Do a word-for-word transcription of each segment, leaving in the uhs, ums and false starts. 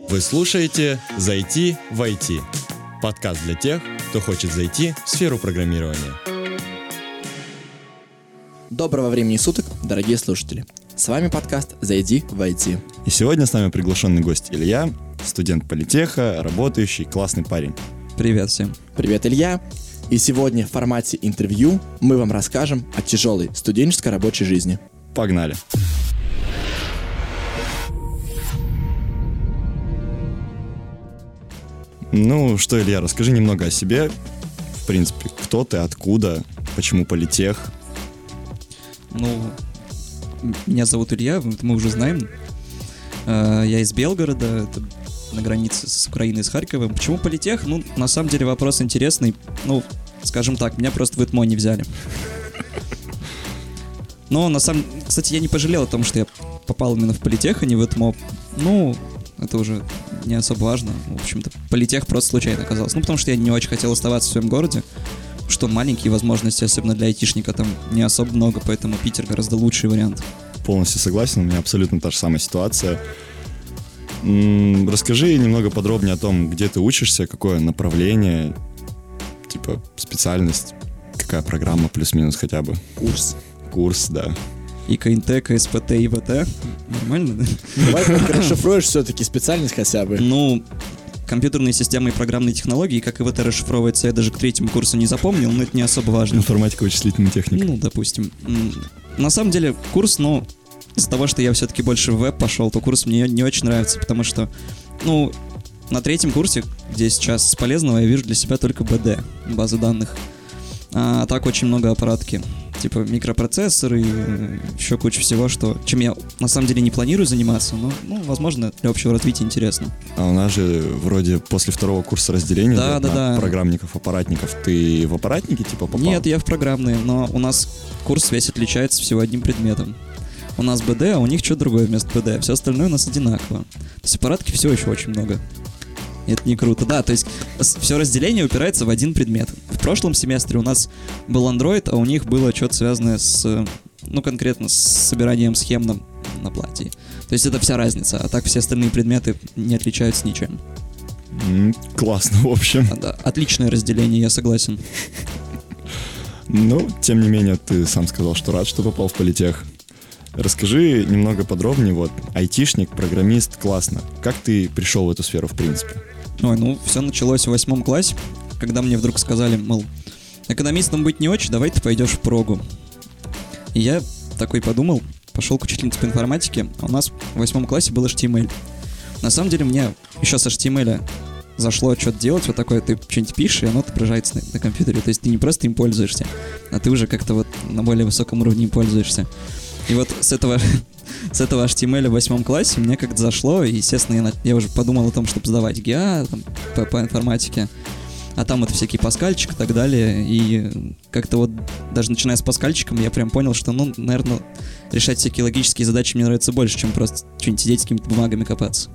Вы слушаете «Зайти в ай ти» – подкаст для тех, кто хочет зайти в сферу программирования. Доброго времени суток, дорогие слушатели. С вами подкаст «Зайди в ай ти». И сегодня с нами приглашенный гость Илья, студент политеха, работающий, классный парень. Привет всем. Привет, Илья. И сегодня в формате интервью мы вам расскажем о тяжелой студенческой рабочей жизни. Погнали. Ну что, Илья, расскажи немного о себе. В принципе, кто ты, откуда, почему политех? Ну, меня зовут Илья, это мы уже знаем. Я из Белгорода, это на границе с Украиной, с Харьковом. Почему политех? Ну, на самом деле вопрос интересный. Ну, скажем так, меня просто в ИТМО не взяли. Но на самом... Кстати, я не пожалел о том, что я попал именно в политех, а не в ИТМО. Ну, это уже не особо важно. В общем-то, политех просто случайно оказался. Ну, потому что я не очень хотел оставаться в своем городе, что маленькие возможности, особенно для айтишника, там не особо много, поэтому Питер гораздо лучший вариант. Полностью согласен, у меня абсолютно та же самая ситуация. М-м, расскажи немного подробнее о том, где ты учишься, какое направление, типа специальность, какая программа плюс-минус хотя бы. Курс. Курс, да. И КНТ, КСПТ, ИВТ. Нормально? Давай ты расшифруешь все-таки специальность хотя бы. Ну, компьютерные системы и программные технологии, как ИВТ расшифровывается, я даже к третьему курсу не запомнил, но это не особо важно. Информатика, вычислительная техника. Ну, допустим. На самом деле, курс, ну, из-за того, что я все-таки больше в веб пошел, то курс мне не очень нравится, потому что, ну, на третьем курсе, где сейчас с полезного, я вижу для себя только би ди, базы данных. А так очень много аппаратки. Типа микропроцессоры и еще куча всего, что, чем я на самом деле не планирую заниматься, но, ну, возможно, для общего развития интересно. А у нас же вроде после второго курса разделения да, да, на да. программников, аппаратников. Ты в аппаратники типа попал? Нет, я в программные, но у нас курс весь отличается всего одним предметом. У нас би ди, а у них что-то другое вместо би ди. Все остальное у нас одинаково. То есть аппаратки все еще очень много. Это не круто. Да, то есть все разделение упирается в один предмет. В прошлом семестре у нас был Android, а у них было что-то связанное с, ну, конкретно с собиранием схем на, на плате. То есть это вся разница, а так все остальные предметы не отличаются ничем. Mm, классно, в общем. А, да, отличное разделение, я согласен. Ну, тем не менее, ты сам сказал, что рад, что попал в политех. Расскажи немного подробнее, вот, айтишник, программист, классно. Как ты пришел в эту сферу, в принципе? Ой, ну, все началось в восьмом классе, когда мне вдруг сказали, мол, экономистом быть не очень, давай ты пойдешь в прогу. И я такой подумал, пошел к учительнице по информатике, а у нас в восьмом классе был эйч ти эм эль. На самом деле мне еще с эйч ти эм эль зашло что-то делать, вот такое, ты что-нибудь пишешь, и оно отображается на, на компьютере. То есть ты не просто им пользуешься, а ты уже как-то вот на более высоком уровне им пользуешься. И вот с этого, с этого эйч ти эм эль в восьмом классе мне как-то зашло, и, естественно, я, на, я уже подумал о том, чтобы сдавать ГИА там, по, по информатике, а там вот всякий паскальчик и так далее, и как-то вот даже начиная с паскальчиком я прям понял, что, ну, наверное, решать всякие логические задачи мне нравится больше, чем просто что-нибудь сидеть с какими-то бумагами копаться.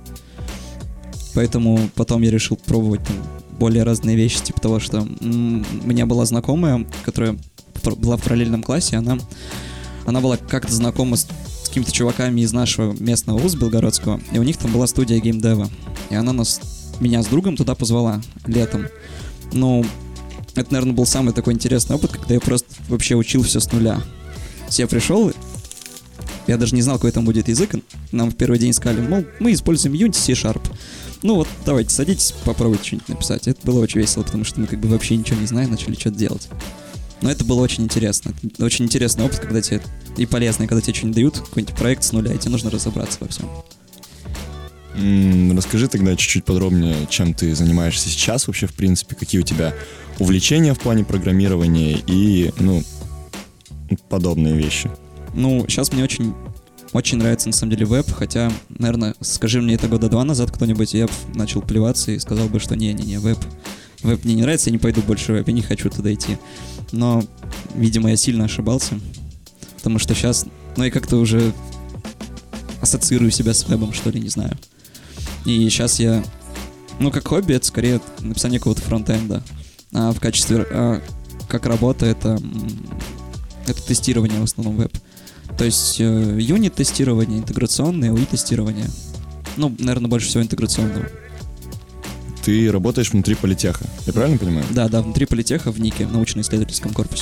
Поэтому потом я решил пробовать там более разные вещи, типа того, что м- у меня была знакомая, которая была в параллельном классе, она... Она была как-то знакома с, с какими-то чуваками из нашего местного вуза белгородского, и у них там была студия геймдева. И она нас, меня с другом туда позвала летом. Ну, это, наверное, был самый такой интересный опыт, когда я просто вообще учил все с нуля. То есть я пришел, я даже не знал, какой там будет язык. Нам в первый день сказали, мол, мы используем Unity, C-Sharp. Ну вот, давайте, садитесь, попробуйте что-нибудь написать. Это было очень весело, потому что мы как бы вообще ничего не знаем, начали что-то делать. Но это было очень интересно. Это очень интересный опыт, когда тебе и полезный, когда тебе что-нибудь дают, какой-нибудь проект с нуля, и тебе нужно разобраться во всем. М-м, расскажи тогда чуть-чуть подробнее, чем ты занимаешься сейчас вообще, в принципе, какие у тебя увлечения в плане программирования и, ну, подобные вещи. Ну, сейчас мне очень, очень нравится, на самом деле, веб, хотя, наверное, скажи мне это года два назад кто-нибудь, я бы начал плеваться и сказал бы, что не-не-не, веб. Веб мне не нравится, я не пойду больше в веб, я не хочу туда идти. Но, видимо, я сильно ошибался, потому что сейчас, ну, я как-то уже ассоциирую себя с вебом, что ли, не знаю. И сейчас я, ну, как хобби, это скорее написание какого-то фронтенда, а в качестве, а, как работа, это, это тестирование в основном веб. То есть юнит-тестирование, интеграционное, ю ай-тестирование. Ну, наверное, больше всего интеграционного. Ты работаешь внутри политеха, я правильно понимаю? Да, да, внутри политеха в НИКе, научно-исследовательском корпусе.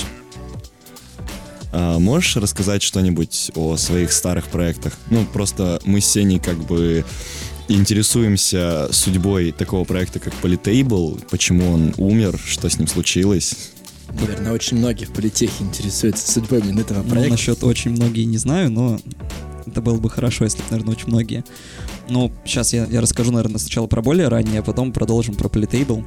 А можешь рассказать что-нибудь о своих старых проектах? Ну, просто мы с Сеней как бы интересуемся судьбой такого проекта, как Polytable, почему он умер, что с ним случилось. Наверное, очень многие в политехе интересуются судьбой именно этого проекта. Ну, насчет очень многие не знаю, но это было бы хорошо, если бы, наверное, очень многие. Ну, сейчас я, я расскажу, наверное, сначала про более ранние, а потом продолжим про Polytable.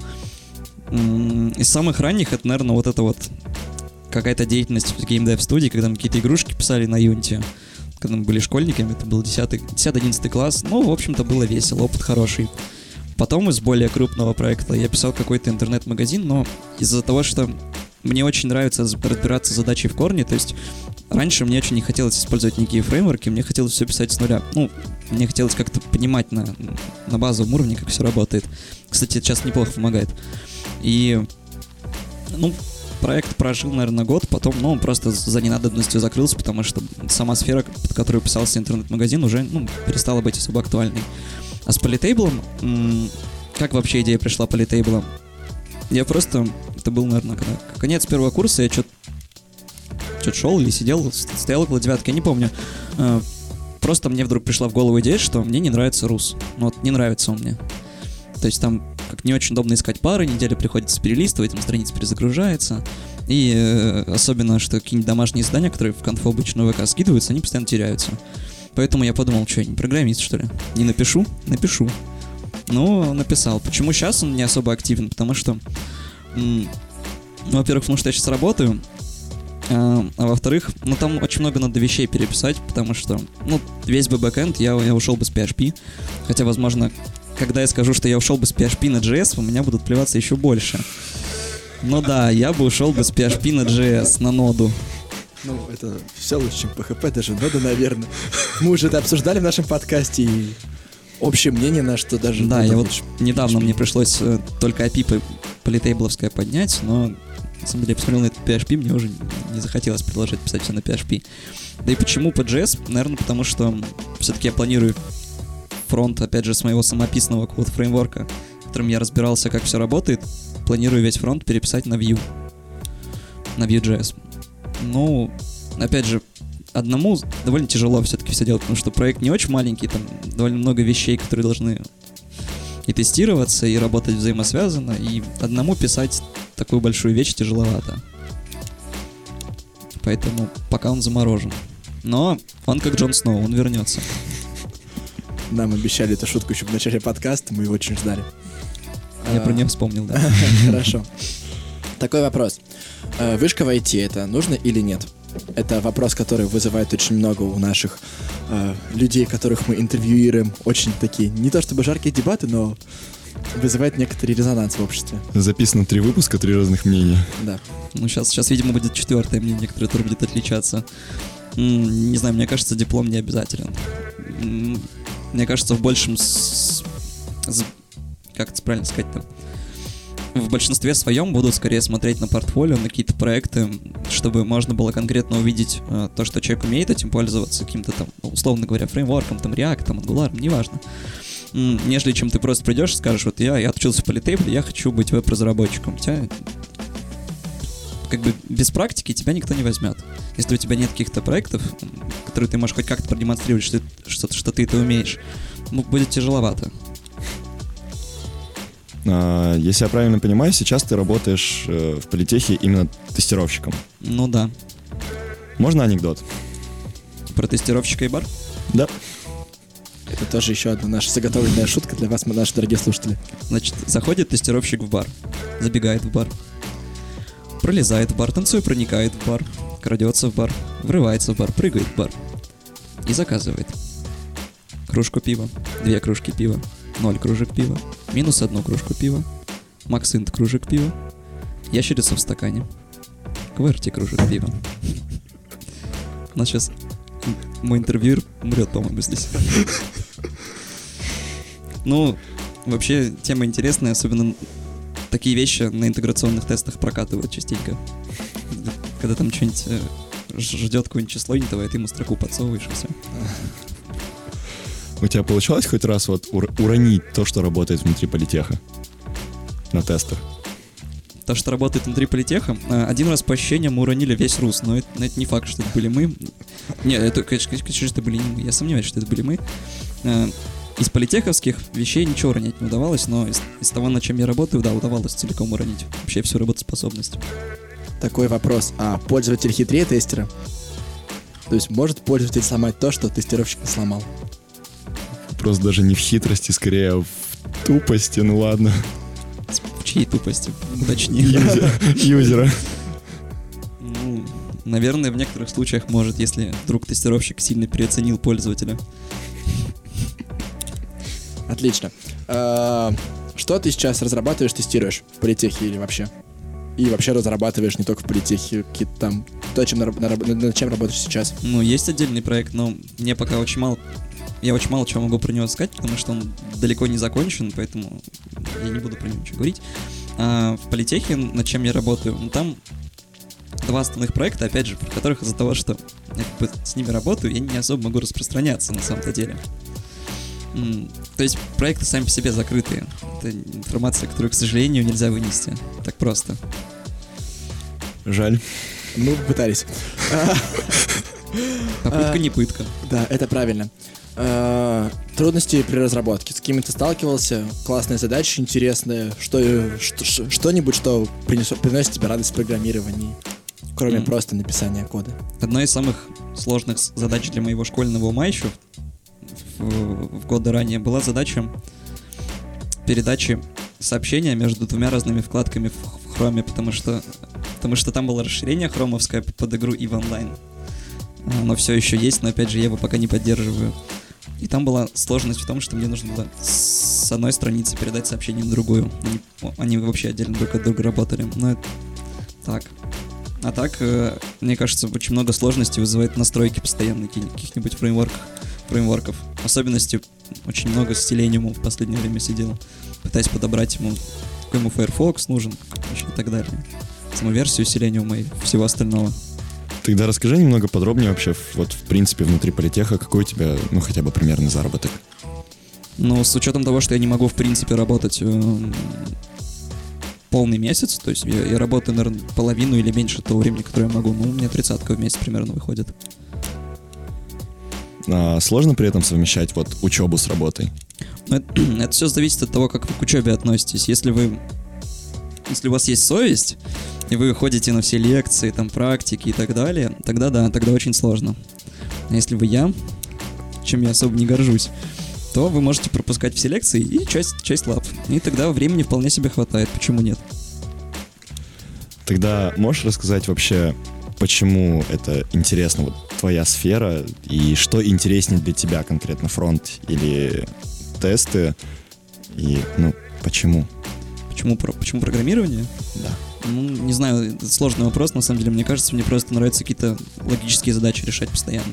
Из самых ранних это, наверное, вот это вот какая-то деятельность в геймдев-студии, когда мы какие-то игрушки писали на Unity, когда мы были школьниками, это был десятый-одиннадцатый класс. Ну, в общем-то, было весело, опыт хороший. Потом из более крупного проекта я писал какой-то интернет-магазин, но из-за того, что мне очень нравится разбираться с задачей в корне, то есть раньше мне очень не хотелось использовать никакие фреймворки, мне хотелось все писать с нуля. Ну, мне хотелось как-то понимать на, на базовом уровне, как все работает. Кстати, это сейчас неплохо помогает. И, ну, проект прожил, наверное, год, потом, ну, он просто за ненадобностью закрылся, потому что сама сфера, под которую писался интернет-магазин, уже, ну, перестала быть особо актуальной. А с Polytable, м- как вообще идея пришла Polytable? Я просто, это был, наверное, когда, конец первого курса, я что-то что-то шел или сидел, стоял около девятки, я не помню. Э, просто мне вдруг пришла в голову идея, что мне не нравится рус. Ну вот, не нравится он мне. То есть там как не очень удобно искать пары, неделю приходится перелистывать, там страница перезагружается. И э, особенно, что какие-нибудь домашние задания, которые в конфу обычно в ВК скидываются, они постоянно теряются. Поэтому я подумал, что, я не программист, что ли? Не напишу? Напишу. Ну, написал. Почему сейчас он не особо активен? Потому что, м- ну, во-первых, потому что я сейчас работаю, а, а во-вторых, ну, там очень много надо вещей переписать, потому что, ну, весь бы бэкэнд я, я ушел бы с пи эйч пи, хотя, возможно, когда я скажу, что я ушел бы с пи эйч пи на джей эс, у меня будут плеваться еще больше. Ну да, я бы ушел бы с пи эйч пи на джей эс, на ноду. Ну, это все лучше, чем пи эйч пи, даже нода, наверное. Мы уже это обсуждали в нашем подкасте, и общее мнение на что даже... Да, я вот лучше. недавно мне пришлось э, только эй пи ай политейбловское поднять, но на самом деле я посмотрел на этот пи эйч пи, мне уже не захотелось продолжать писать все на пи эйч пи. Да и почему по джей эс? Наверное, потому что все-таки я планирую фронт, опять же, с моего самописного код-фреймворка, в котором я разбирался, как все работает, планирую весь фронт переписать на Vue, на Vue.js. Ну, опять же, одному довольно тяжело все-таки все делать, потому что проект не очень маленький, там довольно много вещей, которые должны и тестироваться, и работать взаимосвязанно, и одному писать такую большую вещь тяжеловато. Поэтому пока он заморожен. Но он как Джон Сноу, он вернется. Нам обещали эту шутку еще в начале подкаста, мы его очень ждали. Я про нее вспомнил, да. Хорошо. Такой вопрос. Вышка в ай ти это нужно или нет? Это вопрос, который вызывает очень много у наших э, людей, которых мы интервьюируем. Очень такие, не то чтобы жаркие дебаты, но вызывает некоторый резонанс в обществе. Записано три выпуска, три разных мнения. Да. Ну, сейчас, сейчас, видимо, будет четвертое мнение, которое тоже будет отличаться. М, не знаю, мне кажется, диплом не обязателен. М, мне кажется, в большем... С... С... Как это правильно сказать-то? В большинстве своем будут скорее смотреть на портфолио, на какие-то проекты, чтобы можно было конкретно увидеть э, то, что человек умеет этим пользоваться, каким-то там, условно говоря, фреймворком, там, React, там, Angular, неважно. М, нежели чем ты просто придешь и скажешь, вот я, я отучился в Polytable, я хочу быть веб-разработчиком. У тебя, как бы, без практики тебя никто не возьмет. Если у тебя нет каких-то проектов, которые ты можешь хоть как-то продемонстрировать, что, что, что ты это умеешь, ну, будет тяжеловато. Если я правильно понимаю, сейчас ты работаешь в политехе именно тестировщиком. Ну да. Можно анекдот? Про тестировщика и бар? Да. Это тоже еще одна наша заготовленная шутка для вас, наши дорогие слушатели. Значит, заходит тестировщик в бар, забегает в бар, пролезает в бар, танцует, проникает в бар, крадется в бар, врывается в бар, прыгает в бар и заказывает кружку пива, две кружки пива, ноль кружек пива, минус одну кружку пива, максинт кружек пива, ящерица в стакане, кварти кружек пива. У нас сейчас мой интервьюер умрет, по-моему, здесь. Ну, вообще, тема интересная, особенно такие вещи на интеграционных тестах прокатывают частенько. Когда там что-нибудь ждет какое-нибудь число интовое, ты ему строку подсовываешь и все. У тебя получалось хоть раз вот ур- уронить то, что работает внутри политеха на тестах? То, что работает внутри политеха, э, один раз по ощущениям мы уронили весь РУС, но это, но это не факт, что это были мы. Нет, это, конечно, конечно, это были не мы. Я сомневаюсь, что это были мы. Э, Из политеховских вещей ничего уронять не удавалось, но из, из того, над чем я работаю, да, удавалось целиком уронить вообще всю работоспособность. Такой вопрос. А пользователь хитрее тестера? То есть может пользователь сломать то, что тестировщик не сломал? Просто даже не в хитрости, скорее в тупости, ну ладно. В чьей тупости? Уточни. Юзера. Ну, наверное, в некоторых случаях может, если вдруг тестировщик сильно переоценил пользователя. Отлично. А, что ты сейчас разрабатываешь, тестируешь в политехе или вообще? И вообще разрабатываешь не только в политехе, какие-то там, то, чем, на- на- над чем работаешь сейчас? Ну, есть отдельный проект, но мне пока очень мало... Я очень мало чего могу про него сказать, потому что он далеко не закончен, поэтому я не буду про него ничего говорить. А в политехе, над чем я работаю, ну, там два основных проекта, опять же, про которых из-за того, что я как бы с ними работаю, я не особо могу распространяться на самом-то деле. М, То есть проекты сами по себе закрытые. Это информация, которую, к сожалению, нельзя вынести так просто. Жаль. Мы пытались. А, Попытка А. не пытка. Да, это правильно. А, Трудности при разработке. С кем ты сталкивался? Классные задачи, интересные. Что, что- что- что-нибудь, что принесет, приносит тебе радость в программировании, кроме М. просто написания кода. Одной из самых сложных с- задач для моего школьного ума еще в, в годы ранее была задача передачи сообщения между двумя разными вкладками в, в хроме, потому что, потому что там было расширение хромовское под игру и в онлайн. Оно все еще есть, но опять же я его пока не поддерживаю. И там была сложность в том, что мне нужно было с одной страницы передать сообщение на другую. Они, о, они вообще отдельно друг от друга работали. Но это так. А так, э, мне кажется, очень много сложностей вызывает настройки постоянно каких- каких-нибудь фреймворков. фреймворков. Особенности очень много с Selenium в последнее время сидел. Пытаясь подобрать ему, какой ему Firefox нужен и так далее. Саму версию Selenium и всего остального. Тогда расскажи немного подробнее вообще, в- вот в принципе внутри политеха, какой у тебя, ну хотя бы примерный заработок? Но с учетом того, что я не могу в принципе работать эм, полный месяц, то есть я, я работаю, наверное, половину или меньше того времени, которое я могу, ну, у меня тридцатка в месяц примерно выходит. А сложно при этом совмещать вот учебу с работой? Но это, это все зависит от того, как вы к учебе относитесь. Если вы, если у вас есть совесть, и вы ходите на все лекции, там, практики и так далее, тогда да, тогда очень сложно. А если вы я, чем я особо не горжусь, то вы можете пропускать все лекции и часть, часть лаб. И тогда времени вполне себе хватает. Почему нет? Тогда можешь рассказать вообще, почему это интересно, вот твоя сфера, и что интереснее для тебя конкретно, фронт или тесты, и, ну, почему? Почему, про- почему программирование? Да. Ну, не знаю, это сложный вопрос, на самом деле. Мне кажется, мне просто нравится какие-то логические задачи решать постоянно.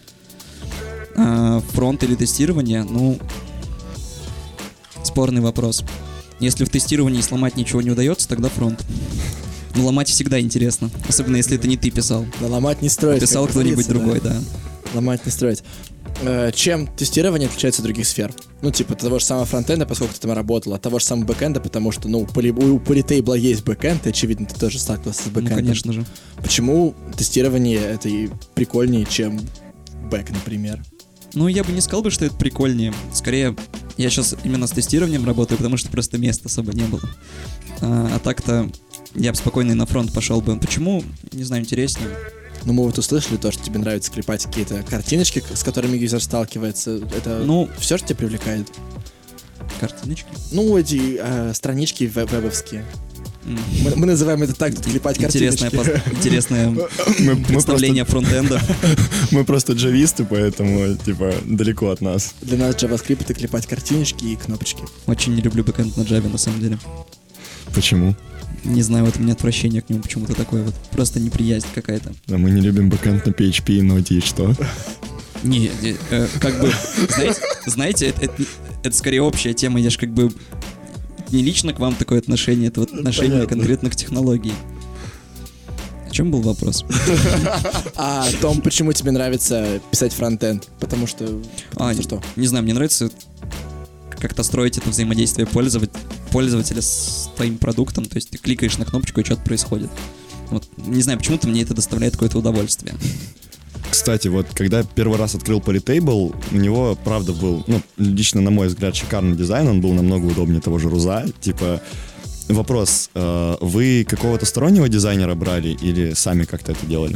А фронт или тестирование, ну, спорный вопрос. Если в тестировании сломать ничего не удается, тогда фронт. Но ломать всегда интересно, особенно если это не ты писал. Да, ломать не строить. Писал как кто-нибудь говорится, другой, да. Ломать не строить. Э, Чем тестирование отличается от других сфер? Ну, типа того же самого фронтенда, поскольку ты там работал, от того же самого бэкенда, потому что, ну, поли- у политейбла есть бэкенд, и, очевидно, ты тоже сталкивался с Ну, бэкендом. конечно же. Почему тестирование это и прикольнее, чем бэк, например? Ну, я бы не сказал бы, что это прикольнее. Скорее, я сейчас именно с тестированием работаю, потому что просто места особо не было. А, а так-то я бы спокойно и на фронт пошел бы. Почему? Не знаю, интереснее. Ну, мы вот услышали то, что тебе нравится клепать какие-то картиночки, к- с которыми юзер сталкивается. Это Ну, все, что тебя привлекает? картиночки. Ну, эти э, странички веб- вебовские. М. Мы, мы называем это так, клепать Интересное, картиночки. пос- интересное Мы, мы представление фронтенда. просто, мы просто джависты, поэтому, типа, далеко от нас. Для нас JavaScript это клепать картиночки и кнопочки. Очень не люблю бэкэнд на Java, на самом деле. Почему? Не знаю, вот у меня отвращение к нему почему-то такое вот. Просто неприязнь какая-то. А мы не любим бэкэнд на пи эйч пи и ноде, и что? Не, не, э, как бы, знаете, знаете это, это, это скорее общая тема, я же как бы не лично к вам такое отношение, это вот отношение Понятно. конкретно к технологии. О чем был вопрос? А о том, почему тебе нравится писать фронтенд? Потому что... А, что? Не знаю, мне нравится как-то строить это взаимодействие пользователя, пользователя с твоим продуктом. То есть ты кликаешь на кнопочку, и что-то происходит. Вот, не знаю, почему-то мне это доставляет какое-то удовольствие. Кстати, вот когда первый раз открыл Polytable, у него, правда, был, ну, лично на мой взгляд, шикарный дизайн, он был намного удобнее того же Руза. Типа, вопрос, э, вы какого-то стороннего дизайнера брали или сами как-то это делали?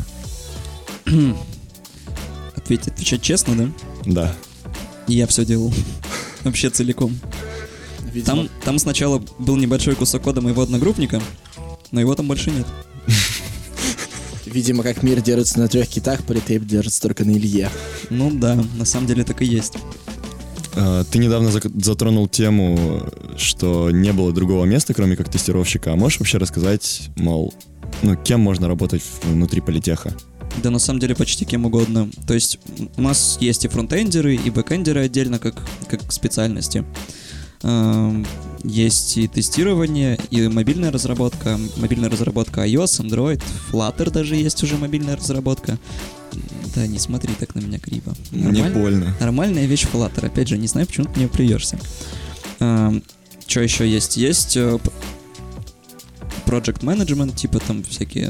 Ответить, отвечать честно, да? Да. Я все делал. Вообще целиком. Там, там сначала был небольшой кусок кода моего одногруппника, но его там больше нет. Видимо, как мир держится на трех китах, Polytable держится только на Илье. Ну да, на самом деле так и есть. Ты недавно затронул тему, что не было другого места, кроме как тестировщика. А можешь вообще рассказать, мол, ну, кем можно работать внутри политеха? Да, на самом деле почти кем угодно. То есть у нас есть и фронтендеры, и бэкендеры отдельно как, как специальности. Есть и тестирование, и мобильная разработка. Мобильная разработка iOS, Android, Flutter даже есть уже мобильная разработка. Да, не смотри так на меня криво. Мне больно. Нормальная вещь Flutter. Опять же, не знаю, почему ты к ней плюешься. Что еще есть? Есть Project Management, типа там всякие...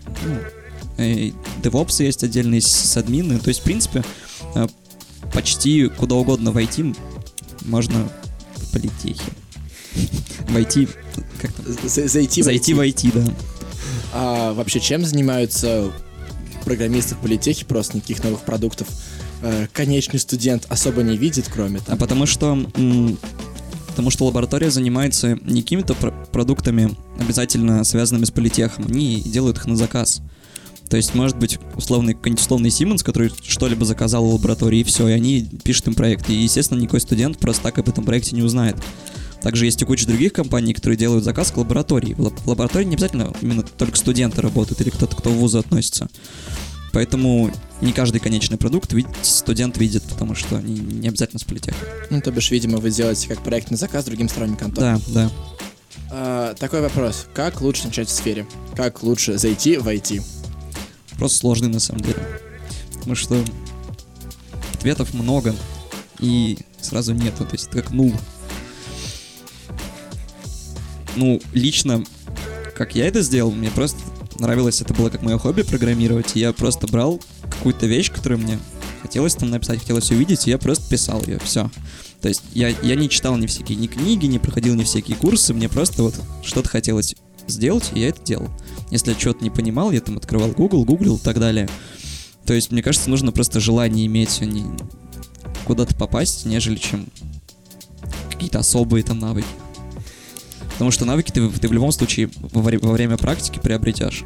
DevOps есть отдельные сисадмины. То есть, в принципе, почти куда угодно войти можно в политехе. Войти, как там? Зайти, Зайти в ай ти, да. А вообще, чем занимаются программисты в политехе? Просто никаких новых продуктов конечный студент особо не видит, кроме там. А потому что... М- потому что лаборатория занимается не какими-то пр- продуктами, обязательно связанными с политехом. Они делают их на заказ. То есть, может быть, условный, какой-нибудь условный Siemens, который что-либо заказал в лаборатории, и все, и они пишут им проект. И, естественно, никакой студент просто так об этом проекте не узнает. Также есть и куча других компаний, которые делают заказ к лаборатории. В, лаб- в лаборатории не обязательно именно только студенты работают или кто-то, кто в вузы относится. Поэтому не каждый конечный продукт вид- студент видит, потому что они не обязательно с политеха. Ну, то бишь, видимо, вы делаете как проектный заказ другим сторонним конторам. Да, да. А, такой вопрос. Как лучше начать в сфере? Как лучше зайти в ай ти? Просто сложный на самом деле. Потому что ответов много и сразу нету. То есть это как нул. Ну, лично, как я это сделал, мне просто нравилось, это было как мое хобби программировать. И я просто брал какую-то вещь, которую мне хотелось там написать, хотелось увидеть, и я просто писал ее, все. То есть я, я не читал ни всякие ни книги, не проходил ни всякие курсы, мне просто вот что-то хотелось сделать, и я это делал. Если я что-то не понимал, я там открывал Google, гуглил и так далее. То есть, мне кажется, нужно просто желание иметь, а не куда-то попасть, нежели чем какие-то особые там навыки. Потому что навыки ты, ты в любом случае во, вре- во время практики приобретешь.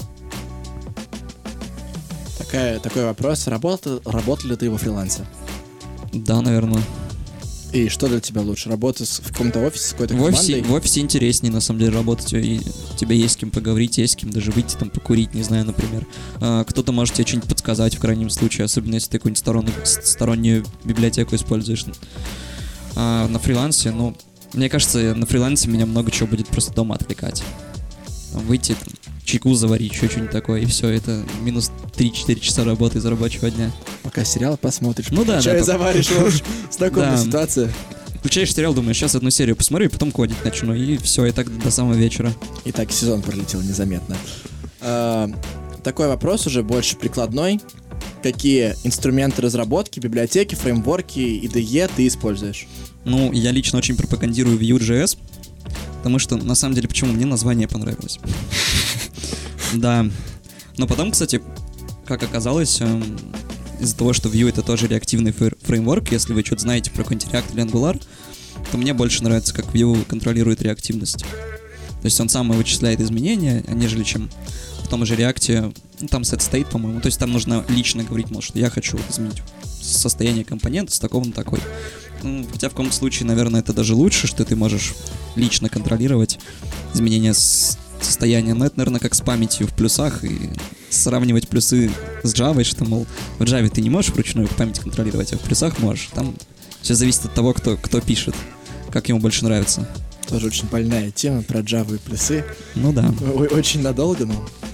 Такая, такой вопрос. Работал, работал ли ты во фрилансе? Да, наверное. И что для тебя лучше? Работа с, в каком-то офисе, с какой-то В командой? офисе, в офисе интереснее, на самом деле, работать. И у тебя есть с кем поговорить, есть с кем даже выйти, там, покурить, не знаю, например. А, кто-то может тебе что-нибудь подсказать в крайнем случае, особенно если ты какую-нибудь стороннюю, стороннюю библиотеку используешь. А на фрилансе, ну, мне кажется, на фрилансе меня много чего будет просто дома отвлекать. Там, выйти, там, чайку заварить, еще что-нибудь такое, и все, это минус три-четыре часа работы из рабочего дня. Пока сериал посмотришь, ну, да, чай да, заваришь, знакомая да. ситуация. Включаешь сериал, думаешь, сейчас одну серию посмотрю, и потом кодить начну, и все, и так до самого вечера. И так сезон пролетел незаметно. А, такой вопрос уже больше прикладной. Какие инструменты разработки, библиотеки, фреймворки и ди и ты используешь? Ну, я лично очень пропагандирую Vue.js, потому что, на самом деле, почему? Мне название понравилось. Да. Но потом, кстати, как оказалось, из-за того, что Vue — это тоже реактивный фреймворк, если вы что-то знаете про какой-нибудь React или Angular, то мне больше нравится, как Vue контролирует реактивность. То есть он сам вычисляет изменения, нежели чем в том же React, ну, там set state, по-моему. То есть там нужно лично говорить, мол, что я хочу изменить состояние компонента с такого на такой. Ну, хотя в каком-то случае, наверное, это даже лучше, что ты можешь лично контролировать изменения с состояния. Но это, наверное, как с памятью в плюсах и сравнивать плюсы с Java, что, мол, в Java ты не можешь вручную память контролировать, а в плюсах можешь. Там все зависит от того, кто, кто пишет, как ему больше нравится. Тоже очень больная тема про Java и плюсы. Ну да. О- очень надолго, но...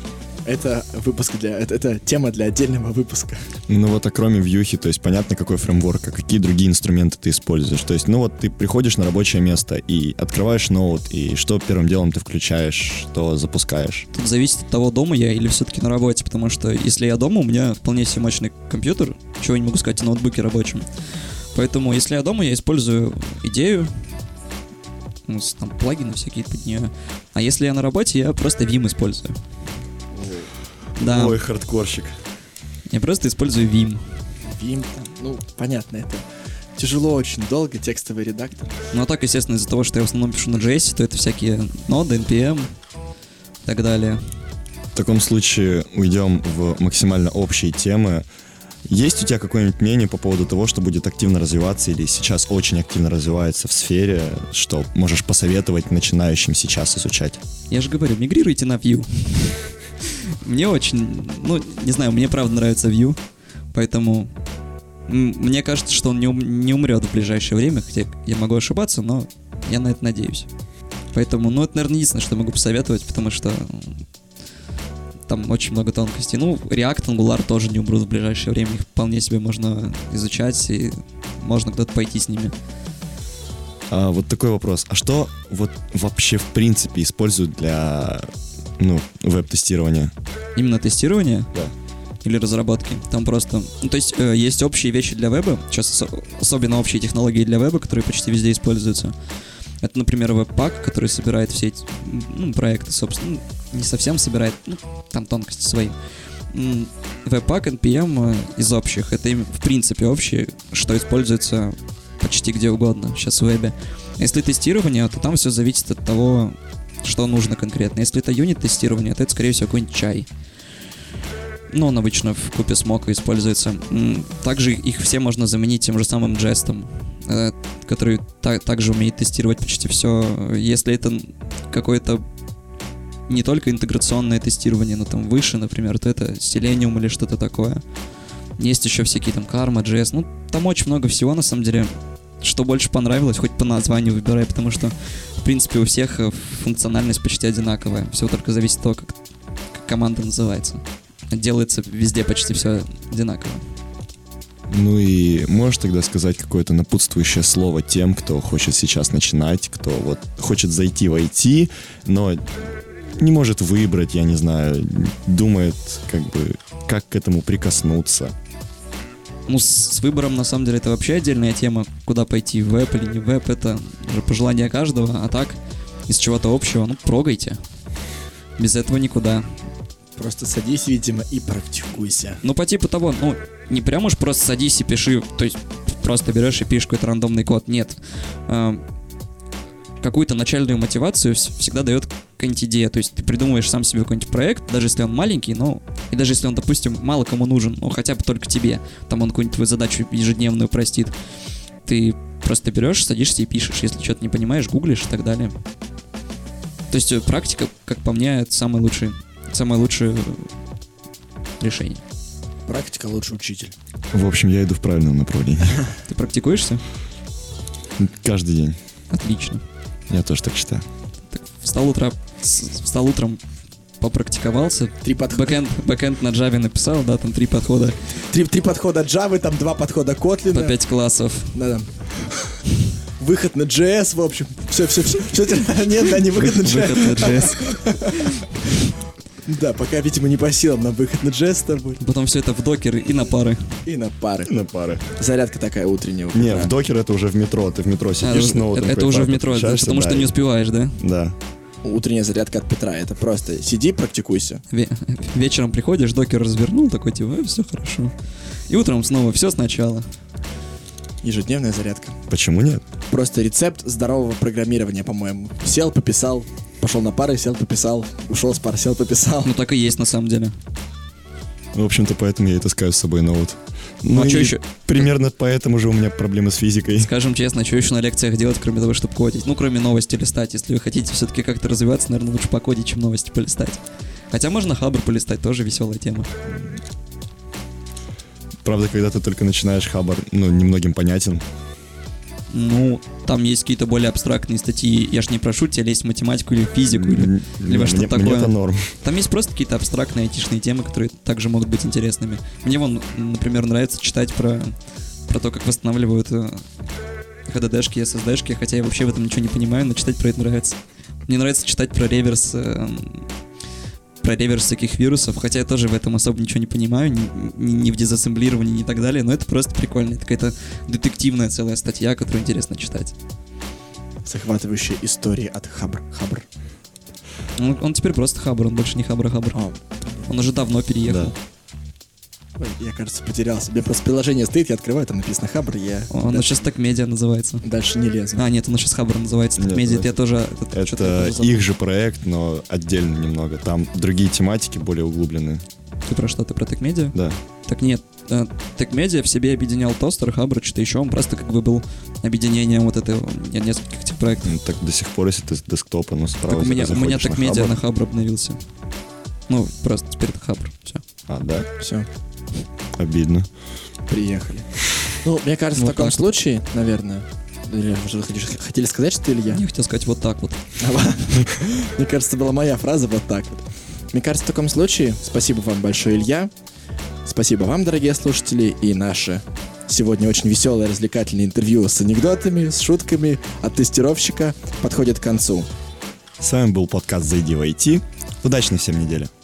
Это выпуск для... Это, это тема для отдельного выпуска. Ну вот, а кроме вьюхи, то есть понятно, какой фреймворк, а какие другие инструменты ты используешь. То есть, ну вот ты приходишь на рабочее место и открываешь ноут, и что первым делом ты включаешь, что запускаешь? Тут зависит от того, дома я или все-таки на работе, потому что если я дома, у меня вполне себе мощный компьютер, чего я не могу сказать о ноутбуке рабочем. Поэтому, если я дома, я использую идею, ну, там плагины всякие под нее. А если я на работе, я просто Vim использую. Да. Ой, хардкорщик. Я просто использую Vim. Vim, там, ну, понятно, это тяжело очень долго, текстовый редактор. Ну а так, естественно, из-за того, что я в основном пишу на джей эс, то это всякие ноды, эн пи эм и так далее. В таком случае уйдем в максимально общие темы. Есть у тебя какое-нибудь мнение по поводу того, что будет активно развиваться или сейчас очень активно развивается в сфере, что можешь посоветовать начинающим сейчас изучать? Я же говорю, мигрируйте на Vue. Мне очень, ну, не знаю, мне правда нравится Vue, поэтому м- мне кажется, что он не, ум- не умрет в ближайшее время, хотя я могу ошибаться, но я на это надеюсь. Поэтому, ну, это, наверное, единственное, что могу посоветовать, потому что там очень много тонкостей. Ну, React, Angular тоже не умрут в ближайшее время, их вполне себе можно изучать, и можно куда-то пойти с ними. А, вот такой вопрос. А что вот вообще в принципе используют для, ну, веб-тестирования? Именно тестирование? Да. Или разработки. Там просто... Ну, то есть э, есть общие вещи для веба, сейчас ос- особенно общие технологии для веба, которые почти везде используются. Это, например, Webpack, который собирает все эти ну, проекты, собственно. Ну, не совсем собирает, ну, там тонкости свои. М, Webpack, эн пи эм э, из общих. Это им, в принципе, общие, что используется почти где угодно сейчас в вебе. Если тестирование, то там все зависит от того, что нужно конкретно. Если это юнит-тестирование, то это, скорее всего, какой-нибудь чай. Ну, он обычно в купе с Mocha используется. Также их все можно заменить тем же самым Jest, который та- также умеет тестировать почти все. Если это какое-то не только интеграционное тестирование, но там выше, например, то это Selenium или что-то такое. Есть еще всякие там Karma, джей эс. Ну, там очень много всего, на самом деле. Что больше понравилось, хоть по названию выбирай, потому что, в принципе, у всех функциональность почти одинаковая. Все только зависит от того, как, как команда называется. Делается везде почти все одинаково. Ну и можешь тогда сказать какое-то напутствующее слово тем, кто хочет сейчас начинать, кто вот хочет зайти в ай ти, но не может выбрать, я не знаю, думает, как бы, как к этому прикоснуться. Ну, с, с выбором, на самом деле, это вообще отдельная тема, куда пойти, в веб или не в веб, это уже пожелание каждого, а так, из чего-то общего, ну, прогайте. Без этого никуда. Просто садись, видимо, и практикуйся. Ну, по типу того, ну, не прям уж просто садись и пиши, то есть просто берешь и пишешь какой-то рандомный код, нет. А, какую-то начальную мотивацию вс- всегда дает какая-нибудь идея, то есть ты придумываешь сам себе какой-нибудь проект, даже если он маленький, но, и даже если он, допустим, мало кому нужен, ну, хотя бы только тебе, там он какую-нибудь твою задачу ежедневную простит, ты просто берешь, садишься и пишешь, если что-то не понимаешь, гуглишь и так далее. То есть практика, как по мне, это самый лучший Самое лучшее решение. Практика лучше учитель. В общем, я иду в правильном направлении. Ты практикуешься? Каждый день. Отлично. Я тоже так считаю. Так, встал, утро, встал утром, попрактиковался. Три подхода. Бэкэнд, бэкэнд на Java написал, да, там три подхода. Три, три подхода Java, там два подхода Kotlin. По пять классов. Да-да. Выход на джей эс, в общем. Все, все, все. все нет, да, не выход на джей эс. Выход на джей эс. Да, пока, видимо, не по силам нам выход на джей эс с тобой. Потом все это в докеры и на пары. И на пары. На пары. Зарядка такая утренняя. Не, да. в докер это уже в метро. Ты в метро сидишь А, с ноутом. это, это уже в метро, подключаешься, потому да, что не и- успеваешь, да? Да. Утренняя зарядка от Петра. Это просто сиди, практикуйся. Ве- вечером приходишь, докер развернул, такой типа, все хорошо. И утром снова все сначала. Ежедневная зарядка. Почему нет? Просто рецепт здорового программирования, по-моему. Сел, пописал, пошел на пары, сел, пописал, ушел с пар, сел, пописал. Ну так и есть на самом деле. В общем-то, поэтому я и таскаю с собой ноут. Ну, а и чё ещё? примерно поэтому же у меня проблемы с физикой. Скажем честно, что еще на лекциях делать, кроме того, чтобы кодить? Ну, кроме новости листать. Если вы хотите все-таки как-то развиваться, наверное, лучше покодить, чем новости полистать. Хотя можно Хабр полистать, тоже веселая тема. Правда, когда ты только начинаешь, Хабар, ну, немногим понятен. Ну, там есть какие-то более абстрактные статьи. Я ж не прошу тебя лезть в математику или в физику, или, или во что-то такое. Мне это норм. Там есть просто какие-то абстрактные айтишные темы, которые также могут быть интересными. Мне вон, например, нравится читать про, про то, как восстанавливают эйч ди ди-шки, эс эс ди-шки, хотя я вообще в этом ничего не понимаю, но читать про это нравится. Мне нравится читать про реверс, э, про реверс всяких вирусов, хотя я тоже в этом особо ничего не понимаю, ни, ни, ни в дезассемблировании, ни так далее, но это просто прикольно. Это какая-то детективная целая статья, которую интересно читать. Захватывающие истории от Хабр. Хабр. Он, он теперь просто Хабр, он больше не Хабр-Хабр. О. Он уже давно переехал. Да. Ой, я, кажется, потерялся. Мне просто приложение стоит, я открываю, там написано Хабр, я... Он дальше, сейчас так медиа называется. дальше не лезу. А, нет, он сейчас Хабр называется. Так Нет, медиа, это- я тоже... Это, что-то я Это тоже забыл. их же проект, но отдельно немного. Там другие тематики более углубленные. Ты про что? Ты про Тек-медиа? Да. Так нет, э, Тек-медиа в себе объединял Тостер, Хабр, что-то еще. Он просто как бы был объединением вот этого, не- нескольких этих проектов. Ну, так до сих пор, если ты с десктопа, ну, справа Так у меня, у меня заходишь на Тек-медиа Хабр. на Хабр обновился. Ну, просто теперь это Хабр. Все. А, да? Все, Обидно. приехали. Ну, мне кажется, Вот в таком так вот. случае, наверное... Или уже вы хотите- хотели сказать, что Илья? Я хотел сказать вот так вот. Мне кажется, была моя фраза вот так вот. Мне кажется, в таком случае спасибо вам большое, Илья. Спасибо вам, дорогие слушатели, и наше сегодня очень веселое, развлекательное интервью с анекдотами, с шутками от тестировщика подходит к концу. С вами был подкаст «Зайди в ай ти». Удачной всем недели.